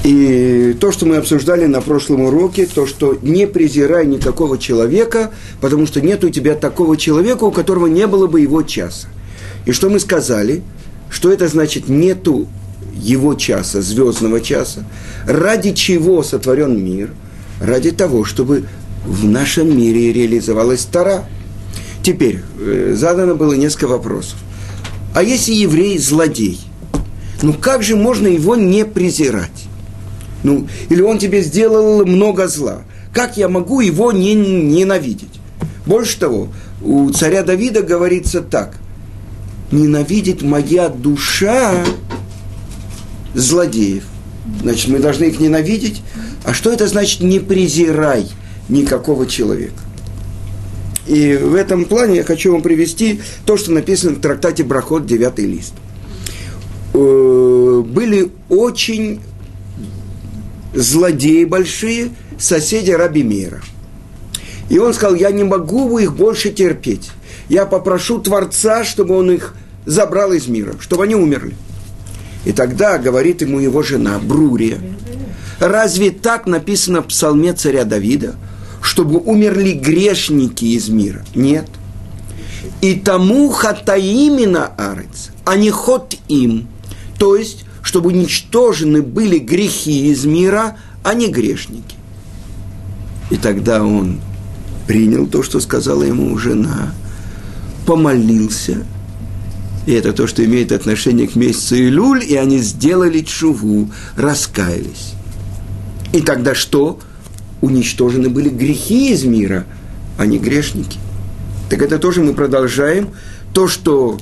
И то, что мы обсуждали на прошлом уроке, то, что не презирай никакого человека, потому что нет у тебя такого человека, у которого не было бы его часа. И что мы сказали? Что это значит нету его часа, звездного часа? Ради чего сотворен мир? Ради того, чтобы в нашем мире реализовалась Тора. Теперь, задано было несколько вопросов. А если еврей злодей? Ну как же можно его не презирать? Ну, или он тебе сделал много зла. Как я могу его не ненавидеть? Больше того, у царя Давида говорится так. Ненавидит моя душа злодеев. Значит, мы должны их ненавидеть. А что это значит не презирай никакого человека? И в этом плане я хочу вам привести то, что написано в трактате Брахот, 9 лист. Были очень злодеи большие, соседи Раби Меира. И он сказал, я не могу их больше терпеть. Я попрошу Творца, чтобы он их забрал из мира, чтобы они умерли. И тогда говорит ему его жена Брурия, разве так написано в псалме царя Давида, чтобы умерли грешники из мира? Нет. И тому хатаимина арец, а не хот им. То есть, чтобы уничтожены были грехи из мира, а не грешники. И тогда он принял то, что сказала ему жена, помолился. И это то, что имеет отношение к месяцу Илюль, и они сделали тшуву, раскаялись. И тогда что? Уничтожены были грехи из мира, а не грешники. Так это тоже мы продолжаем. То, что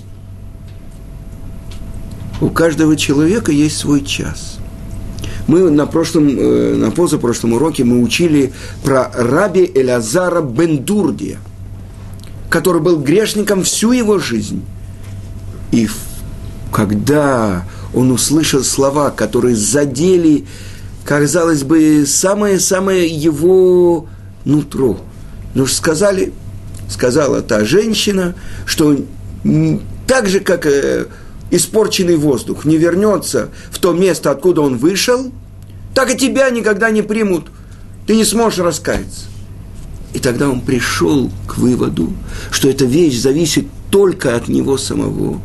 у каждого человека есть свой час. Мы на позапрошлом уроке мы учили про раби Элязара бен Дурдия, который был грешником всю его жизнь. И когда он услышал слова, которые задели, казалось бы, самое-самое его нутро, ну, сказала та женщина, что так же, как испорченный воздух не вернется в то место, откуда он вышел, так и тебя никогда не примут. Ты не сможешь раскаяться. И тогда он пришел к выводу, что эта вещь зависит только от него самого.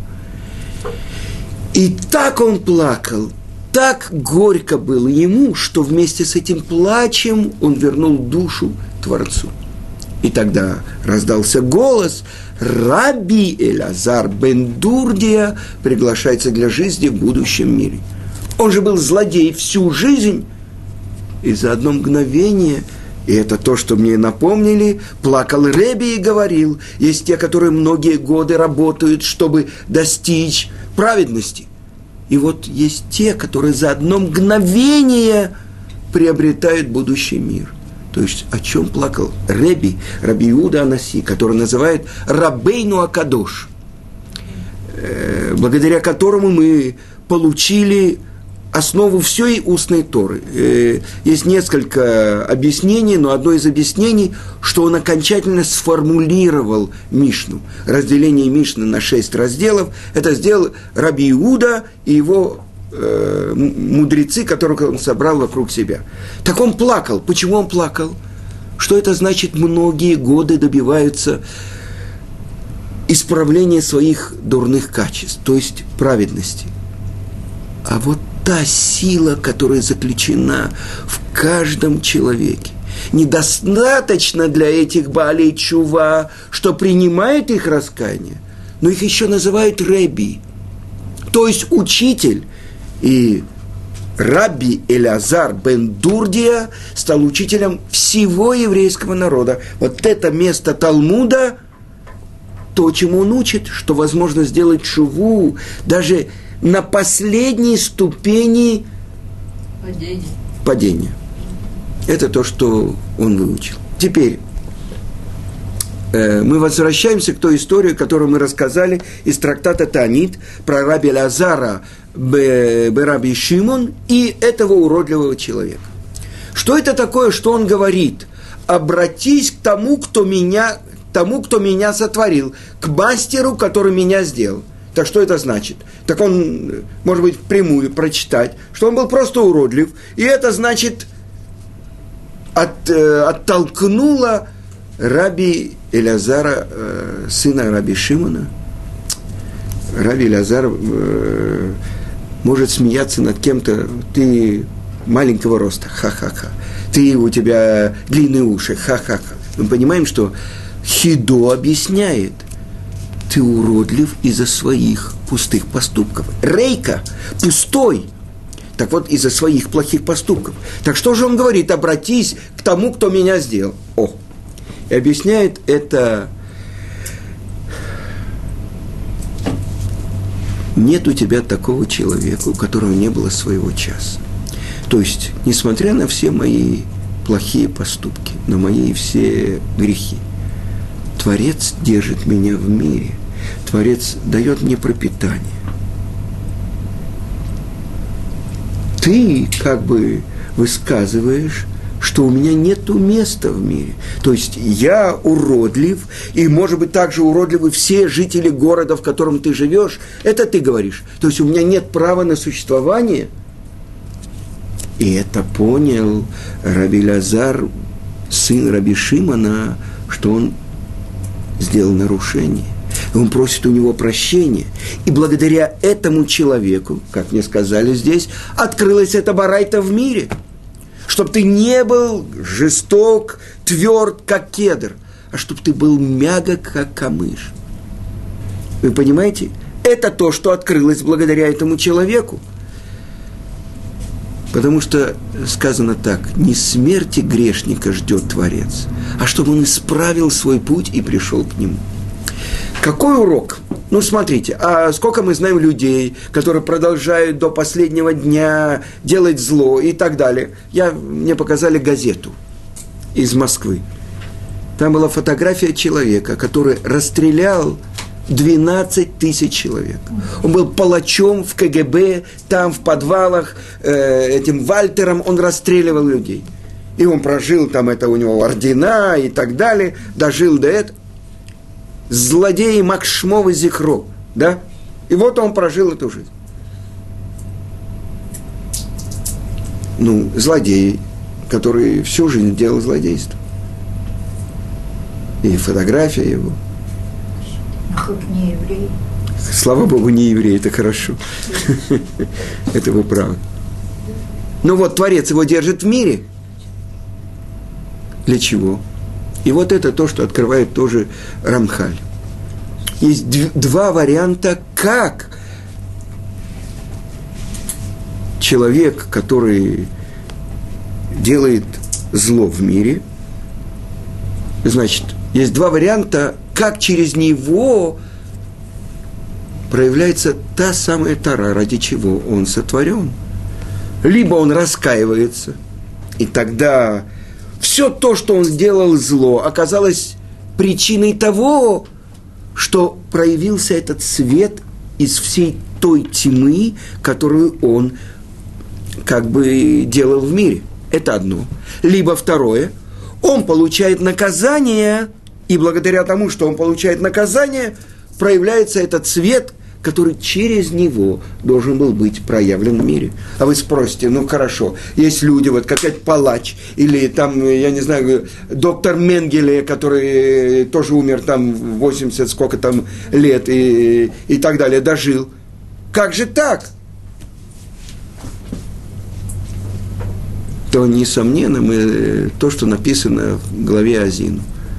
И так он плакал, так горько было ему, что вместе с этим плачем он вернул душу Творцу. И тогда раздался голос: Раби Элязар бен Дурдия приглашается для жизни в будущем мире. Он же был злодей всю жизнь, и за одно мгновение, и это то, что мне напомнили, плакал Реби и говорил: есть те, которые многие годы работают, чтобы достичь праведности. И вот есть те, которые за одно мгновение приобретают будущий мир. То есть о чем плакал Раби Иуда Анаси, который называет Рабейну Акадош, благодаря которому мы получили основу всей устной Торы. Есть несколько объяснений, но одно из объяснений, что он окончательно сформулировал Мишну. Разделение Мишны на 6 разделов, это сделал Раби Иуда и его мудрецы, которых он собрал вокруг себя. Так он плакал. Почему он плакал? Что это значит? Многие годы добиваются исправления своих дурных качеств, то есть праведности. А вот та сила, которая заключена в каждом человеке, недостаточно для этих Баалей Тшува, что принимает их раскаяние, но их еще называют Реби, то есть учитель. И Раби Элязар бен Дурдия стал учителем всего еврейского народа. Вот это место Талмуда, то, чему он учит, что возможно сделать тшуву даже на последней ступени падения. Это то, что он выучил. Теперь мы возвращаемся к той истории, которую мы рассказали из трактата Таанит про раби Элязара Раби Шимон и этого уродливого человека. Что это такое, что он говорит? Обратись к тому, кто меня сотворил, к мастеру, который меня сделал. Так что это значит? Так он, может быть, впрямую прочитать, что он был просто уродлив, и это значит оттолкнуло раби Элязара, сына раби Шимона. Раби Элязар может смеяться над кем-то, ты маленького роста, ха-ха-ха, у тебя длинные уши, ха-ха-ха. Мы понимаем, что Хидо объясняет, ты уродлив из-за своих пустых поступков. Рейка пустой. Так вот, из-за своих плохих поступков. Так что же он говорит? Обратись к тому, кто меня сделал. И объясняет это. Нет у тебя такого человека, у которого не было своего часа. То есть, несмотря на все мои плохие поступки, на мои все грехи, Творец держит меня в мире. Творец дает мне пропитание. Ты как бы высказываешь, что у меня нету места в мире. То есть я уродлив, и, может быть, также уродливы все жители города, в котором ты живешь. Это ты говоришь. То есть у меня нет права на существование. И это понял раби Элязар, сын раби Шимона, что он сделал нарушение. И он просит у него прощения. И благодаря этому человеку, как мне сказали здесь, открылась эта барайта в мире. Чтобы ты не был жесток, тверд, как кедр, а чтобы ты был мягок, как камыш. Вы понимаете? Это то, что открылось благодаря этому человеку. Потому что сказано так: не смерти грешника ждет Творец, а чтобы он исправил свой путь и пришел к нему. Какой урок? Ну, смотрите, а сколько мы знаем людей, которые продолжают до последнего дня делать зло и так далее. Мне показали газету из Москвы. Там была фотография человека, который расстрелял 12 тысяч человек. Он был палачом в КГБ, там в подвалах, этим Вальтером он расстреливал людей. И он прожил там, это у него ордена и так далее, дожил до этого. Злодей Макшмов и Зихро, да? И вот он прожил эту жизнь. Ну, злодей, который всю жизнь делал злодейство. И фотография его. Хоть не еврей. Слава Богу, не еврей, это хорошо. Это вы правы. Ну вот, Творец его держит в мире. Для чего? И вот это то, что открывает тоже Рамхаль. Есть два варианта, как человек, который делает зло в мире, значит, есть два варианта, как через него проявляется та самая Тора, ради чего он сотворен. Либо он раскаивается, и тогда все то, что он сделал зло, оказалось причиной того, что проявился этот свет из всей той тьмы, которую он как бы делал в мире. Это одно. Либо второе, он получает наказание, и благодаря тому, что он получает наказание, проявляется этот свет, который через него должен был быть проявлен в мире. А вы спросите, ну хорошо, есть люди, вот как этот палач, или там, я не знаю, доктор Менгеле, который тоже умер там 80 сколько там лет и так далее, дожил. Как же так? То, несомненно, то, что написано в главе Азину.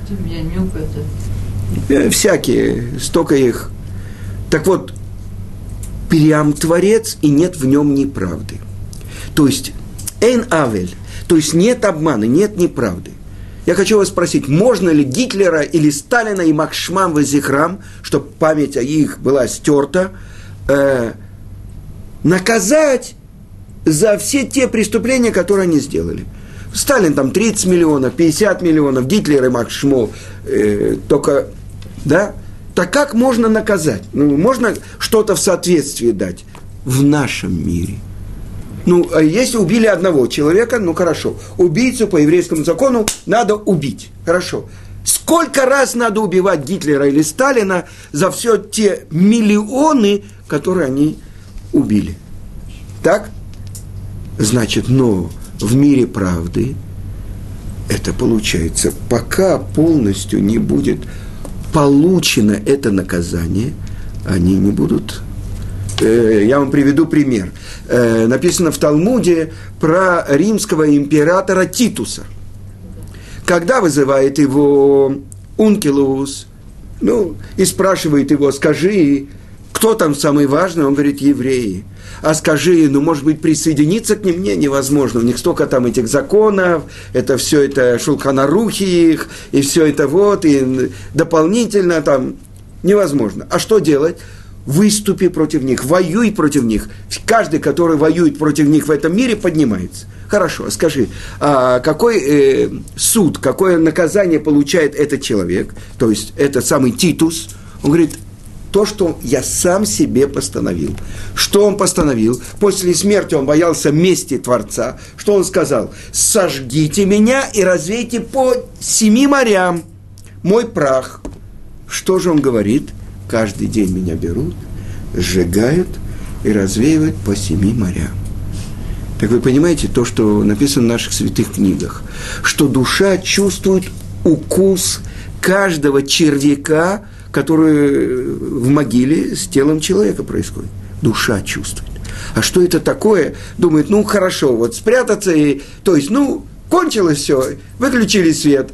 Всякие, столько их. Так вот, Пириам Творец, и нет в нем неправды. То есть, эйн авель, то есть нет обмана, нет неправды. Я хочу вас спросить, можно ли Гитлера или Сталина и Макшмам Зихрам, чтобы память о их была стерта, наказать за все те преступления, которые они сделали? Сталин там 30 миллионов, 50 миллионов, Гитлер и Макшмов только, да? Так как можно наказать? Ну, можно что-то в соответствии дать в нашем мире? Ну, а если убили одного человека, ну, хорошо. Убийцу по еврейскому закону надо убить. Хорошо. Сколько раз надо убивать Гитлера или Сталина за все те миллионы, которые они убили? Так? Значит, но в мире правды это получается, пока полностью не будет получено это наказание, они не будут. Я вам приведу пример. Написано в Талмуде про римского императора Титуса. Когда вызывает его Ункилус, и спрашивает его, скажи, кто там самый важный? Он говорит, евреи. А скажи, может быть, присоединиться к ним? Невозможно. У них столько там этих законов, это все это Шулхан Арухи их, и все это и дополнительно там невозможно. А что делать? Выступи против них, воюй против них. Каждый, который воюет против них в этом мире, поднимается. Хорошо, скажи, а какой суд, какое наказание получает этот человек, то есть этот самый Титус? Он говорит, то, что я сам себе постановил. Что он постановил? После смерти он боялся мести Творца. Что он сказал? Сожгите меня и развейте по 7 морям мой прах. Что же он говорит? Каждый день меня берут, сжигают и развеивают по 7 морям. Так вы понимаете, то, что написано в наших святых книгах, что душа чувствует укус каждого червяка, который в могиле с телом человека происходит. Душа чувствует. А что это такое? Думает, хорошо, спрятаться, то есть, кончилось все, выключили свет,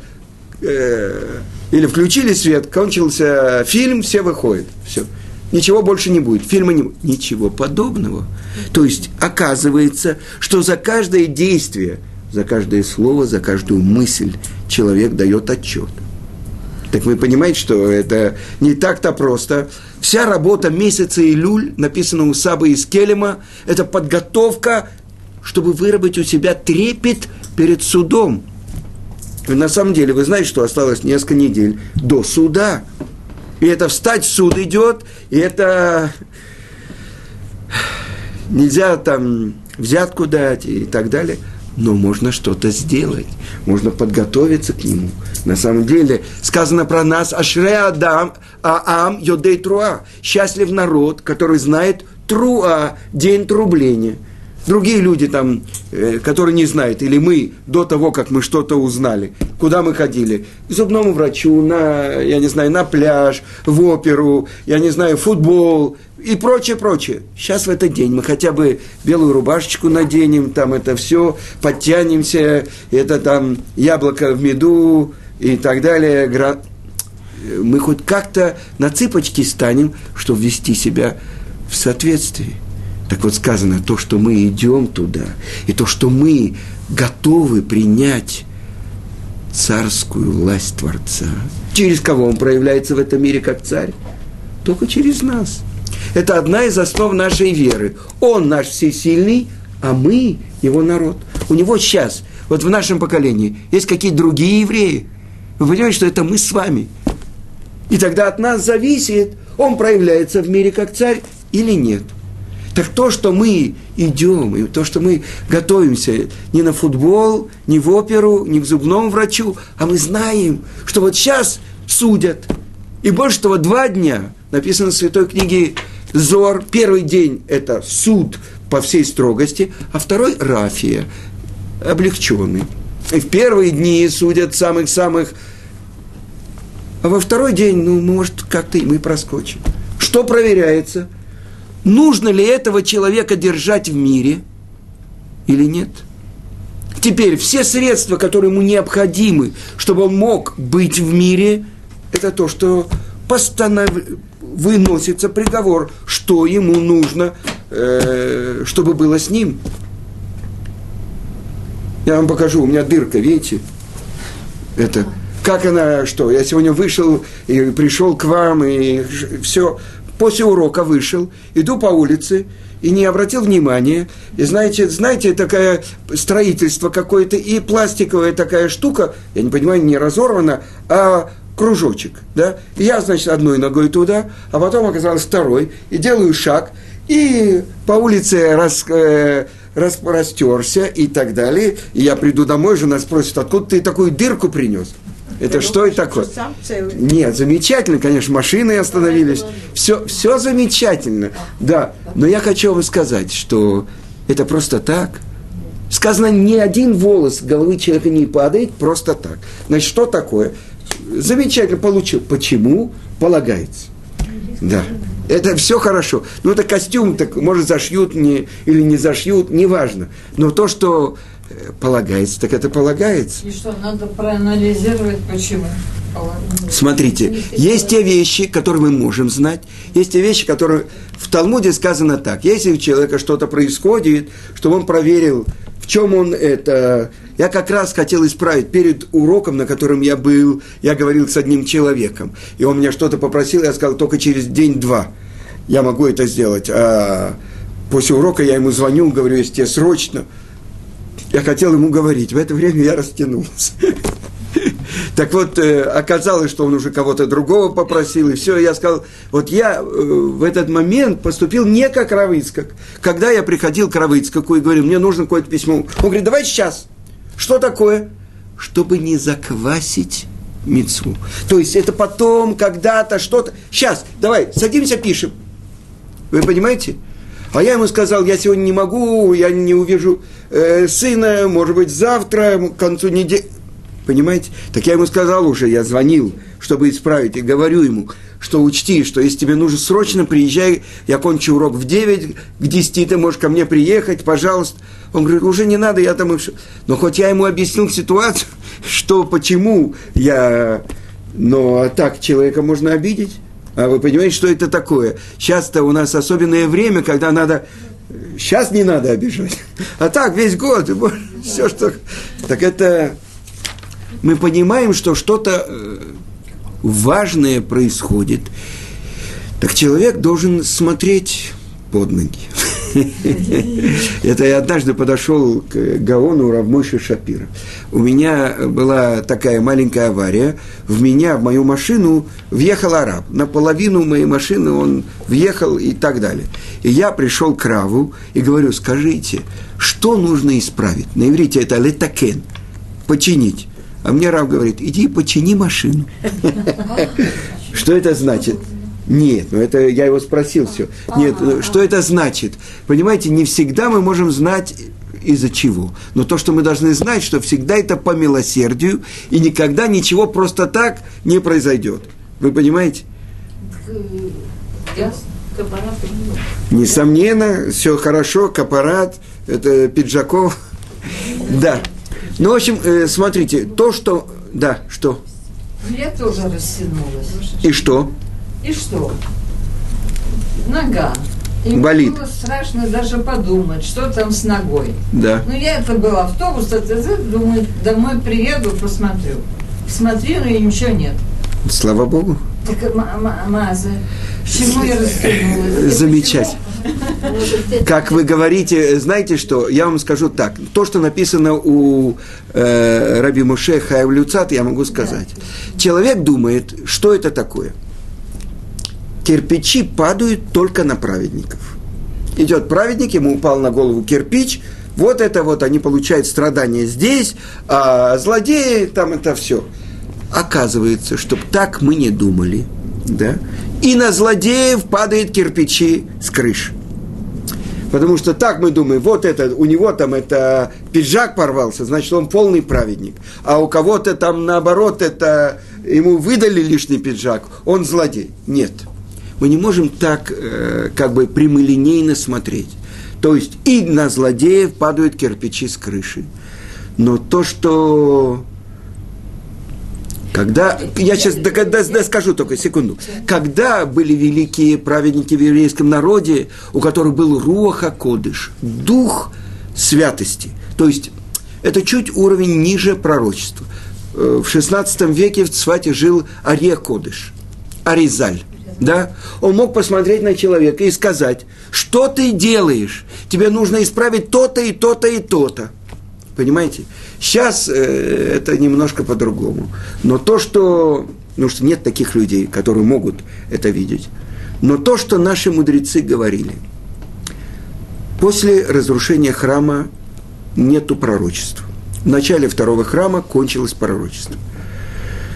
или включили свет, кончился фильм, все выходят, все. Ничего больше не будет, фильма не будет. Ничего подобного. То есть, оказывается, что за каждое действие, за каждое слово, за каждую мысль человек дает отчет. Так вы понимаете, что это не так-то просто. Вся работа месяца Илюль, написана у Сабы из Келема, это подготовка, чтобы выработать у себя трепет перед судом. И на самом деле, вы знаете, что осталось несколько недель до суда. И это встать в суд идет, и это нельзя там взятку дать и так далее. Но можно что-то сделать, можно подготовиться к нему. На самом деле, сказано про нас, «Ашре Адам, Аам Йодей Труа», счастлив народ, который знает Труа, день трубления. Другие люди там, которые не знают, или мы, до того, как мы что-то узнали, куда мы ходили? К зубному врачу, на пляж, в оперу, в футбол и прочее. Сейчас в этот день мы хотя бы белую рубашечку наденем, там это все, подтянемся, это там яблоко в меду и так далее. Мы хоть как-то на цыпочки станем, чтобы вести себя в соответствии. Так вот сказано, то, что мы идем туда, и то, что мы готовы принять царскую власть Творца. Через кого он проявляется в этом мире как царь? Только через нас. Это одна из основ нашей веры. Он наш всесильный, а мы его народ. У него сейчас, в нашем поколении, есть какие-то другие евреи. Вы понимаете, что это мы с вами. И тогда от нас зависит, он проявляется в мире как царь или нет. Так то, что мы идем, и то, что мы готовимся не на футбол, не в оперу, не к зубному врачу, а мы знаем, что сейчас судят. И больше того, 2 дня, написано в Святой книге Зор, первый день – это суд по всей строгости, а второй – рафия, облегченный. И в первые дни судят самых-самых, а во второй день, может, как-то и мы проскочим. Что проверяется? Нужно ли этого человека держать в мире или нет? Теперь все средства, которые ему необходимы, чтобы он мог быть в мире, это то, что выносится приговор, что ему нужно, чтобы было с ним. Я вам покажу, у меня дырка, видите? Это, как она, что? Я сегодня вышел и пришел к вам, и все. После урока вышел, иду по улице и не обратил внимания. И знаете, такое строительство какое-то, и пластиковая такая штука, я не понимаю, не разорвана, а кружочек, да? И я, одной ногой туда, а потом оказалось второй, и делаю шаг, и по улице распростерся и так далее. И я приду домой, жена спросит, откуда ты такую дырку принес? Это что это такое? Нет, замечательно, конечно, машины остановились. Все замечательно. Да, но я хочу вам сказать, что это просто так. Сказано, ни один волос с головы человека не падает просто так. Значит, что такое? Замечательно получил. Почему? Полагается. Да. Это все хорошо. Ну, это костюм, так, может, зашьют мне или не зашьют, неважно. Но то, что полагается, так это полагается. И что, надо проанализировать, почему? Смотрите, есть те вещи, которые мы можем знать, есть те вещи, которые в Талмуде сказано так. Если у человека что-то происходит, чтобы он проверил, в чем он это... Я как раз хотел исправить перед уроком, на котором я был, я говорил с одним человеком, и он меня что-то попросил, я сказал, только через день-два я могу это сделать. А после урока я ему звоню, говорю, если тебе срочно, я хотел ему говорить, в это время я растянулся. Так вот, оказалось, что он уже кого-то другого попросил, и все, я сказал, вот я в этот момент поступил не как Рав Ицхак. Когда я приходил к Рав Ицхаку и говорил, мне нужно какое-то письмо, он говорит, давай сейчас. Что такое? Чтобы не заквасить мицву. То есть это потом, когда-то, что-то. Сейчас, давай, садимся, пишем. Вы понимаете? А я ему сказал, я сегодня не могу, я не увижу сына, может быть, завтра, к концу недели. Понимаете? Так я ему сказал уже, я звонил, чтобы исправить, и говорю ему, что учти, что если тебе нужно срочно, приезжай, я кончу урок в 9, к 10 ты можешь ко мне приехать, пожалуйста. Он говорит, уже не надо, я там... Но хоть я ему объяснил ситуацию, что, почему я... Но так человека можно обидеть. А вы понимаете, что это такое? Сейчас-то у нас особенное время, когда надо... Сейчас не надо обижать. А так весь год, все что... Так это... Мы понимаем, что что-то важное происходит. Так человек должен смотреть под ноги. Это я однажды подошел к Гаону Рав Мойше Шапира. У меня была такая маленькая авария. В мою машину въехал араб. Наполовину моей машины он въехал и так далее. И я пришел к Раву и говорю, скажите, что нужно исправить? На иврите это летакен, починить. А мне Рав говорит, иди почини машину. Что это значит? Нет, ну это я его спросил все. Нет, что это значит? Понимаете, не всегда мы можем знать из-за чего. Но то, что мы должны знать, что всегда это по милосердию, и никогда ничего просто так не произойдет. Вы понимаете? Несомненно, все хорошо, капарат, это пиджаков. Да. Ну, в общем, смотрите, то, что... Да, что? Я тоже растянулась. И что? И что? Нога. И болит. Мне было страшно даже подумать, что там с ногой. Да. Ну, это был автобус, думаю, домой приеду, посмотрю. Смотрю, и ничего нет. Слава Богу. Так, Маза, чему я растянулась? Замечательно. Как вы говорите, знаете что, я вам скажу так, то, что написано у Раби Моше Хаев Люцат, я могу сказать. Да. Человек думает, что это такое. Кирпичи падают только на праведников. Идет праведник, ему упал на голову кирпич, вот это вот, они получают страдания здесь, а злодеи, там это все. Оказывается, чтобы так мы не думали, да, и на злодеев падают кирпичи с крыши. Потому что так мы думаем, вот это, у него там это пиджак порвался, значит, он полный праведник. А у кого-то там наоборот, это ему выдали лишний пиджак, он злодей. Нет. Мы не можем так как бы прямолинейно смотреть. То есть и на злодеев падают кирпичи с крыши. Но то, что... Когда, я сейчас скажу только секунду, когда были великие праведники в еврейском народе, у которых был руах а-кодыш, дух святости, то есть это чуть уровень ниже пророчества. В XVI веке в Цфате жил Арье Кодыш, Аризаль, да? Он мог посмотреть на человека и сказать, что ты делаешь, тебе нужно исправить то-то и то-то и то-то. Понимаете? Сейчас это немножко по-другому. Но то, что... Ну, что нет таких людей, которые могут это видеть. Но то, что наши мудрецы говорили. После разрушения храма нету пророчества. В начале второго храма кончилось пророчество.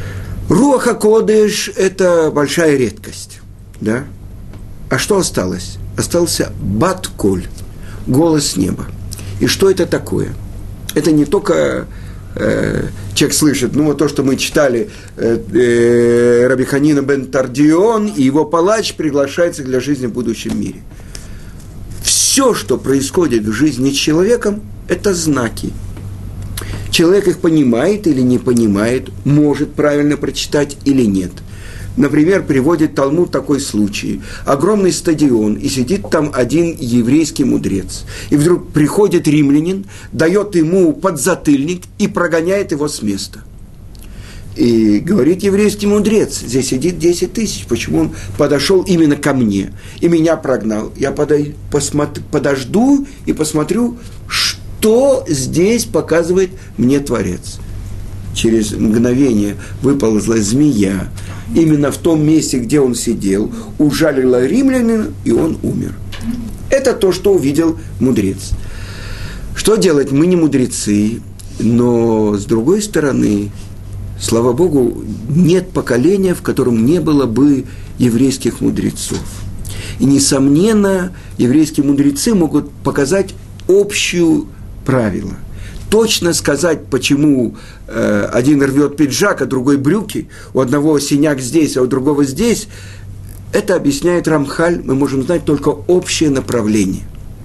Руах ха-Кодеш – это большая редкость, да? А что осталось? Остался бат-коль, голос неба. И что это такое? Это не только человек слышит, ну вот то, что мы читали, Раби Ханина бен Тардион и его палач приглашается для жизни в будущем мире. Все, что происходит в жизни с человеком, это знаки. Человек их понимает или не понимает, может правильно прочитать или нет. Например, приводит Талмуд такой случай. Огромный стадион, и сидит там один еврейский мудрец. И вдруг приходит римлянин, дает ему подзатыльник и прогоняет его с места. И говорит еврейский мудрец, здесь сидит 10 тысяч, почему он подошел именно ко мне и меня прогнал? Я подожду и посмотрю, что здесь показывает мне Творец. Через мгновение выползла змея, именно в том месте, где он сидел, ужалила римлянина, и он умер. Это то, что увидел мудрец. Что делать? Мы не мудрецы, но, с другой стороны, слава Богу, нет поколения, в котором не было бы еврейских мудрецов. И, несомненно, еврейские мудрецы могут показать общее правило. Точно сказать, почему один рвет пиджак, а другой брюки, у одного синяк здесь, а у другого здесь, это объясняет Рамхаль, мы можем знать только общее направление,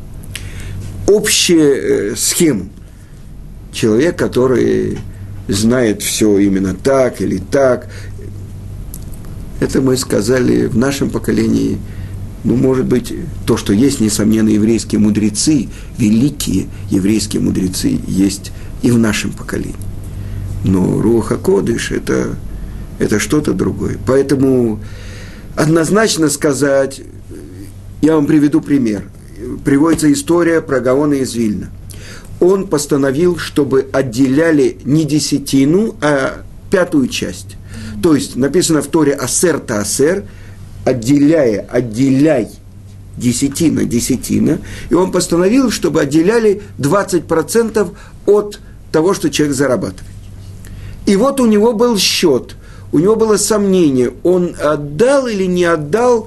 общую схему. Человек, который знает все именно так или так, это мы сказали в нашем поколении. Ну, может быть, то, что есть, несомненно, еврейские мудрецы, великие еврейские мудрецы, есть и в нашем поколении. Но Руах ха-Кодеш – это что-то другое. Поэтому однозначно сказать, я вам приведу пример. Приводится история про Гаона из Вильна. Он постановил, чтобы отделяли не десятину, а 5-ю часть. То есть, написано в Торе «асер та асер», отделяй, десятина, и он постановил, чтобы отделяли 20% от того, что человек зарабатывает. И вот у него был счет, у него было сомнение, он отдал или не отдал,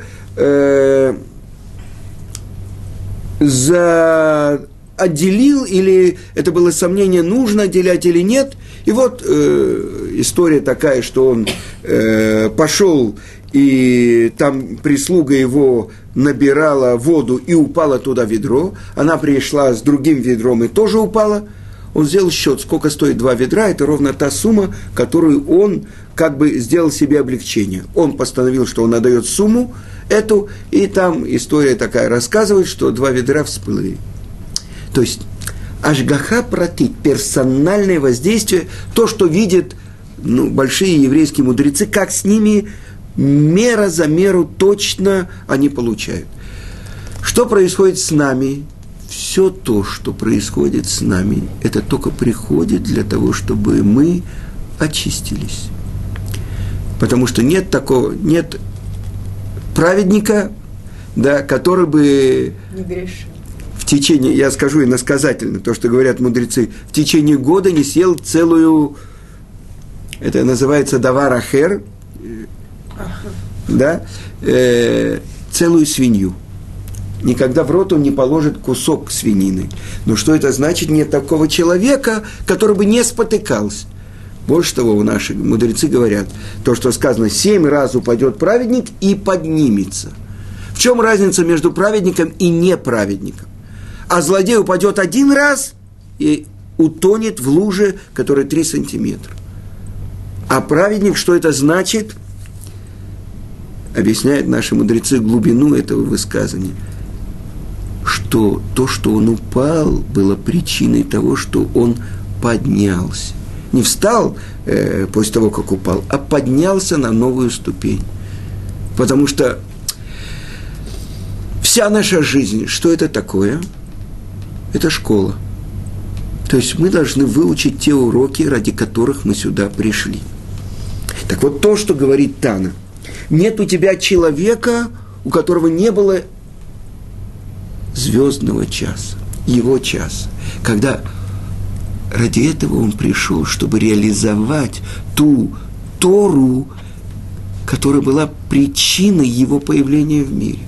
отделил, или это было сомнение, нужно отделять или нет. И вот история такая, что он пошел, и там прислуга его набирала воду, и упала туда ведро. Она пришла с другим ведром и тоже упала. Он сделал счет, сколько стоит 2 ведра, это ровно та сумма, которую он как бы сделал себе облегчение. Он постановил, что он отдает сумму эту, и там история такая рассказывает, что 2 ведра всплыли. То есть ашгаха пратит, персональное воздействие, то, что видят большие еврейские мудрецы, как с ними мера за меру точно они получают. Что происходит с нами? Все то, что происходит с нами, это только приходит для того, чтобы мы очистились. Потому что нет праведника, да, который бы не грешил. В течение, я скажу иносказательно, то, что говорят мудрецы, в течение года не съел целую, это называется давар ахер, да, целую свинью. Никогда в рот он не положит кусок свинины. Но что это значит? Нет такого человека, который бы не спотыкался. Больше того, наши мудрецы говорят, то, что сказано, 7 раз упадет праведник и поднимется. В чем разница между праведником и неправедником? А злодей упадет 1 раз и утонет в луже, которая 3 сантиметра. А праведник, что это значит? Объясняют наши мудрецы глубину этого высказывания. Что то, что он упал, было причиной того, что он поднялся. Не встал после того, как упал, а поднялся на новую ступень. Потому что вся наша жизнь, что это такое? Это школа. То есть мы должны выучить те уроки, ради которых мы сюда пришли. Так вот, то, что говорит Тана. Нет у тебя человека, у которого не было звездного часа, его часа, когда ради этого он пришел, чтобы реализовать ту Тору, которая была причиной его появления в мире.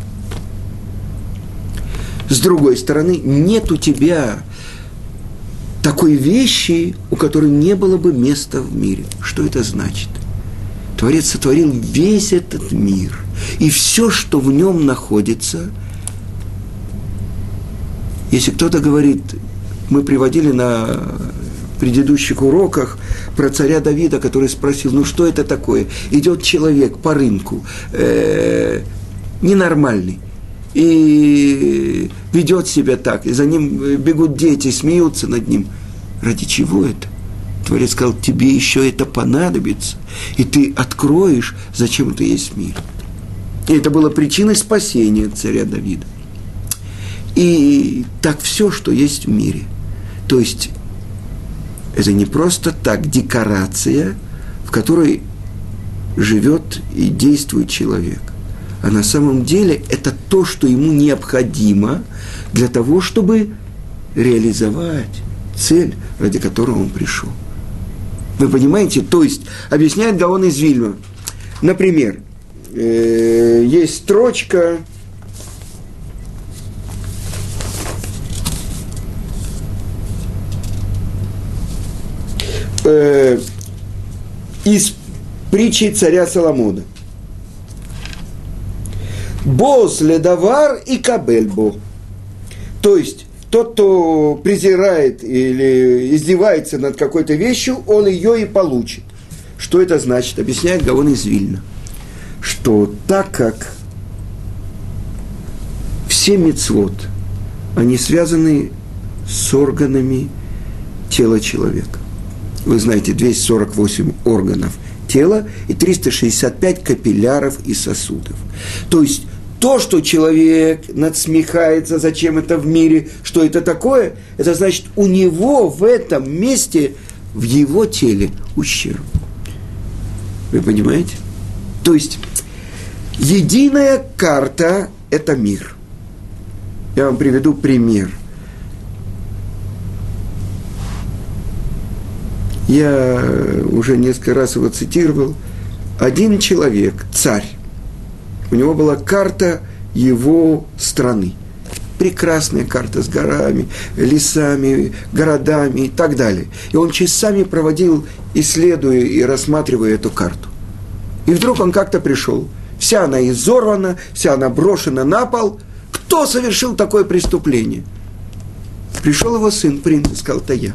С другой стороны, нет у тебя такой вещи, у которой не было бы места в мире. Что это значит? Творец сотворил весь этот мир, и все, что в нем находится. Если кто-то говорит, мы приводили на предыдущих уроках про царя Давида, который спросил, ну что это такое? Идет человек по рынку, ненормальный, и ведет себя так, и за ним бегут дети, смеются над ним. Ради чего это? Творец сказал, тебе еще это понадобится, и ты откроешь, зачем это есть в мире. И это было причиной спасения царя Давида. И так все, что есть в мире. То есть, это не просто так декорация, в которой живет и действует человек. А на самом деле это то, что ему необходимо для того, чтобы реализовать цель, ради которой он пришел. Вы понимаете? То есть, объясняет Гаон из Вильна. Например, есть строчка, из притчи царя Соломона. «Боз ледавар и кабельбо». То есть, тот, кто презирает или издевается над какой-то вещью, он ее и получит. Что это значит? Объясняет Гаон из Вильна. Что так как все мицвот, они связаны с органами тела человека. Вы знаете, 248 органов тела и 365 капилляров и сосудов. То есть, то, что человек надсмехается, зачем это в мире, что это такое, это значит, у него в этом месте, в его теле ущерб. Вы понимаете? То есть, единая карта – это мир. Я вам приведу пример. Я уже несколько раз его цитировал. Один человек, царь, у него была карта его страны. Прекрасная карта с горами, лесами, городами и так далее. И он часами проводил, исследуя и рассматривая эту карту. И вдруг он как-то пришел. Вся она изорвана, вся она брошена на пол. Кто совершил такое преступление? Пришел его сын, принц, и сказал, это я.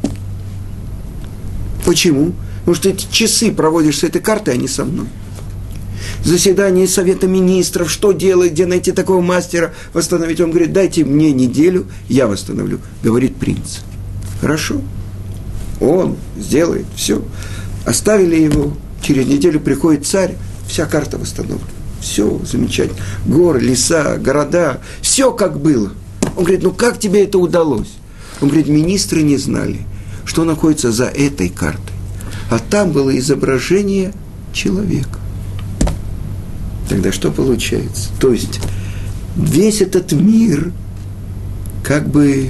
Почему? Потому что эти часы проводишь с этой картой, а не со мной. Заседание Совета Министров, что делать, где найти такого мастера восстановить. Он говорит, дайте мне неделю, я восстановлю, говорит принц. Хорошо. Он сделает все. Оставили его, через неделю приходит царь, вся карта восстановлена. Все замечательно. Горы, леса, города, все как было. Он говорит, ну как тебе это удалось? Он говорит, министры не знали, что находится за этой картой. А там было изображение человека. Тогда что получается? То есть, весь этот мир как бы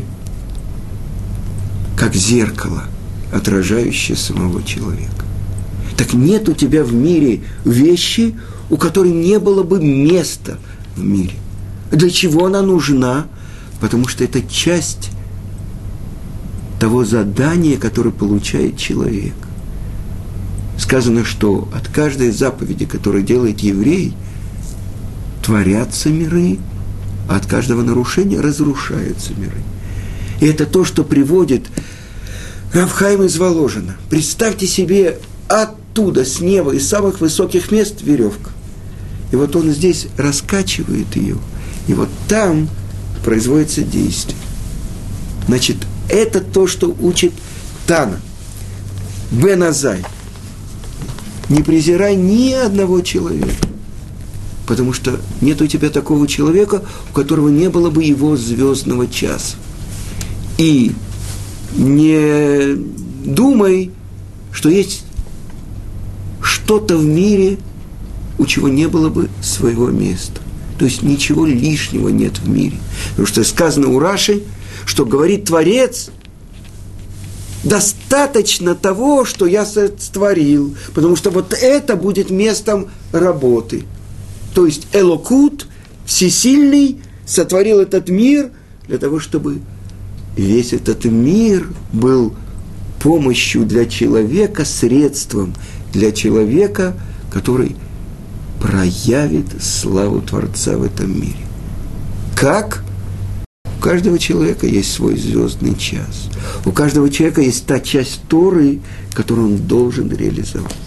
как зеркало, отражающее самого человека. Так нет у тебя в мире вещи, у которой не было бы места в мире. Для чего она нужна? Потому что это часть того задания, которое получает человек. Сказано, что от каждой заповеди, которую делает еврей, творятся миры, а от каждого нарушения разрушаются миры. И это то, что приводит Рав Хаим из Воложина. Представьте себе оттуда, с неба, из самых высоких мест веревка. И вот он здесь раскачивает ее, и вот там производится действие. Значит, это то, что учит Тана, Бен Азай. Не презирай ни одного человека, потому что нет у тебя такого человека, у которого не было бы его звездного часа. И не думай, что есть что-то в мире, у чего не было бы своего места. То есть ничего лишнего нет в мире. Потому что сказано у Раши, что говорит Творец, Достаточно того, что я сотворил, потому что вот это будет местом работы. То есть Элокут, всесильный, сотворил этот мир для того, чтобы весь этот мир был помощью для человека, средством для человека, который проявит славу Творца в этом мире. Как? У каждого человека есть свой звездный час. У каждого человека есть та часть Торы, которую он должен реализовать.